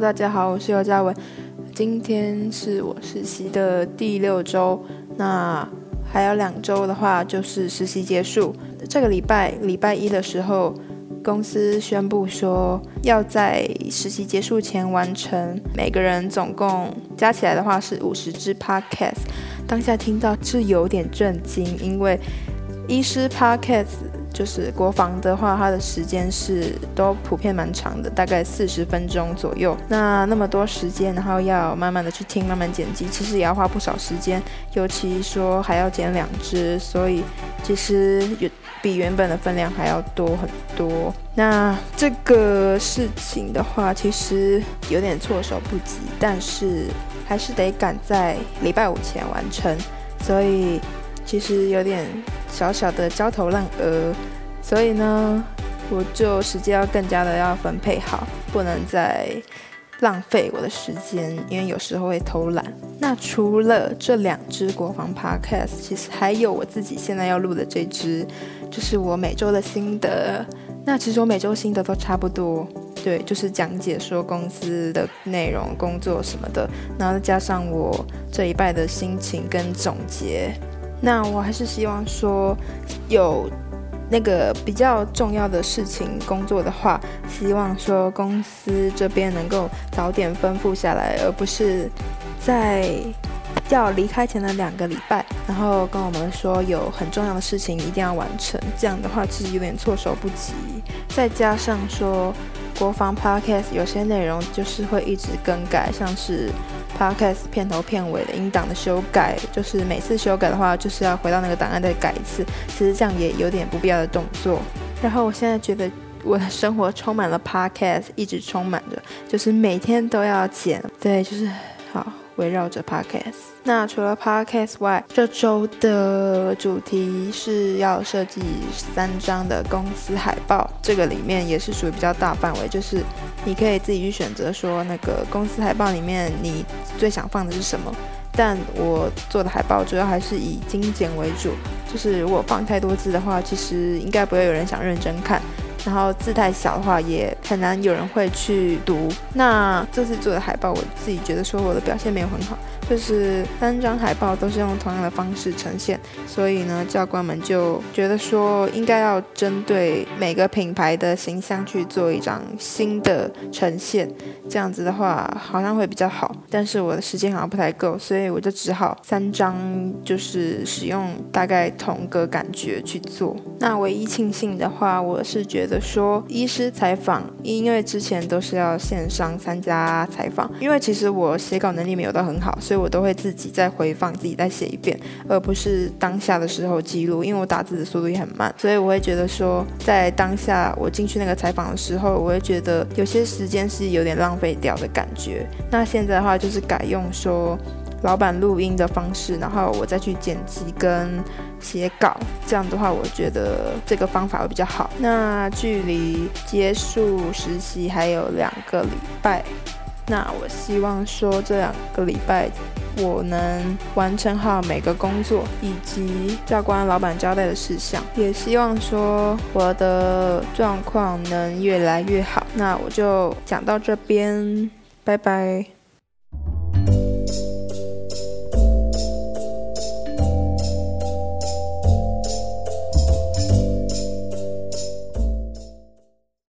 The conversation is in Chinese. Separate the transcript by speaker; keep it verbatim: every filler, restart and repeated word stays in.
Speaker 1: 大家好，我是尤嘉文。今天是我实习的第六周，那还有两周的话就是实习结束。这个礼拜礼拜一的时候，公司宣布说要在实习结束前完成，每个人总共加起来的话是五十支 podcast。当下听到是有点震惊，因为医师 podcast就是国防的话，它的时间是都普遍蛮长的，大概四十分钟左右。那那么多时间，然后要慢慢的去听，慢慢剪辑，其实也要花不少时间。尤其说还要剪两支，所以其实比原本的分量还要多很多。那这个事情的话，其实有点措手不及，但是还是得赶在礼拜五前完成，所以其实有点小小的焦头烂额，所以呢，我就时间要更加的要分配好，不能再浪费我的时间，因为有时候会偷懒。那除了这两支国防 podcast， 其实还有我自己现在要录的这支，就是我每周的心得。那其实我每周心得都差不多，对，就是讲解说公司的内容、工作什么的，然后再加上我这一拜的心情跟总结。那我还是希望说，有那个比较重要的事情工作的话，希望说公司这边能够早点吩咐下来，而不是在要离开前的两个礼拜，然后跟我们说有很重要的事情一定要完成，这样的话其实有点措手不及。再加上说国防 podcast 有些内容就是会一直更改，像是 podcast 片头片尾的音档的修改，就是每次修改的话就是要回到那个档案再改一次，其实这样也有点不必要的动作。然后我现在觉得我的生活充满了 podcast， 一直充满着，就是每天都要剪，对，就是好围绕着 podcast。 那除了 podcast 外，这周的主题是要设计三张的公司海报，这个里面也是属于比较大范围，就是你可以自己去选择说那个公司海报里面你最想放的是什么，但我做的海报主要还是以精简为主，就是如果放太多字的话，其实应该不会有人想认真看，然后字太小的话也很难有人会去读。那这次做的海报我自己觉得说我的表现没有很好，就是三张海报都是用同样的方式呈现，所以呢教官们就觉得说应该要针对每个品牌的形象去做一张新的呈现，这样子的话好像会比较好，但是我的时间好像不太够，所以我就只好三张就是使用大概同个感觉去做。那唯一庆幸的话，我是觉得说医师采访，因为之前都是要线上参加采访，因为其实我写稿能力没有到很好，所以我都会自己再回放，自己再写一遍，而不是当下的时候记录，因为我打字的速度也很慢，所以我会觉得说在当下我进去那个采访的时候，我会觉得有些时间是有点浪费掉的感觉。那现在的话就是改用说老板录音的方式，然后我再去剪辑跟写稿，这样的话我觉得这个方法会比较好。那距离结束实习还有两个礼拜，那我希望说这两个礼拜我能完成好每个工作以及教官老板交代的事项，也希望说我的状况能越来越好。那我就讲到这边，拜拜。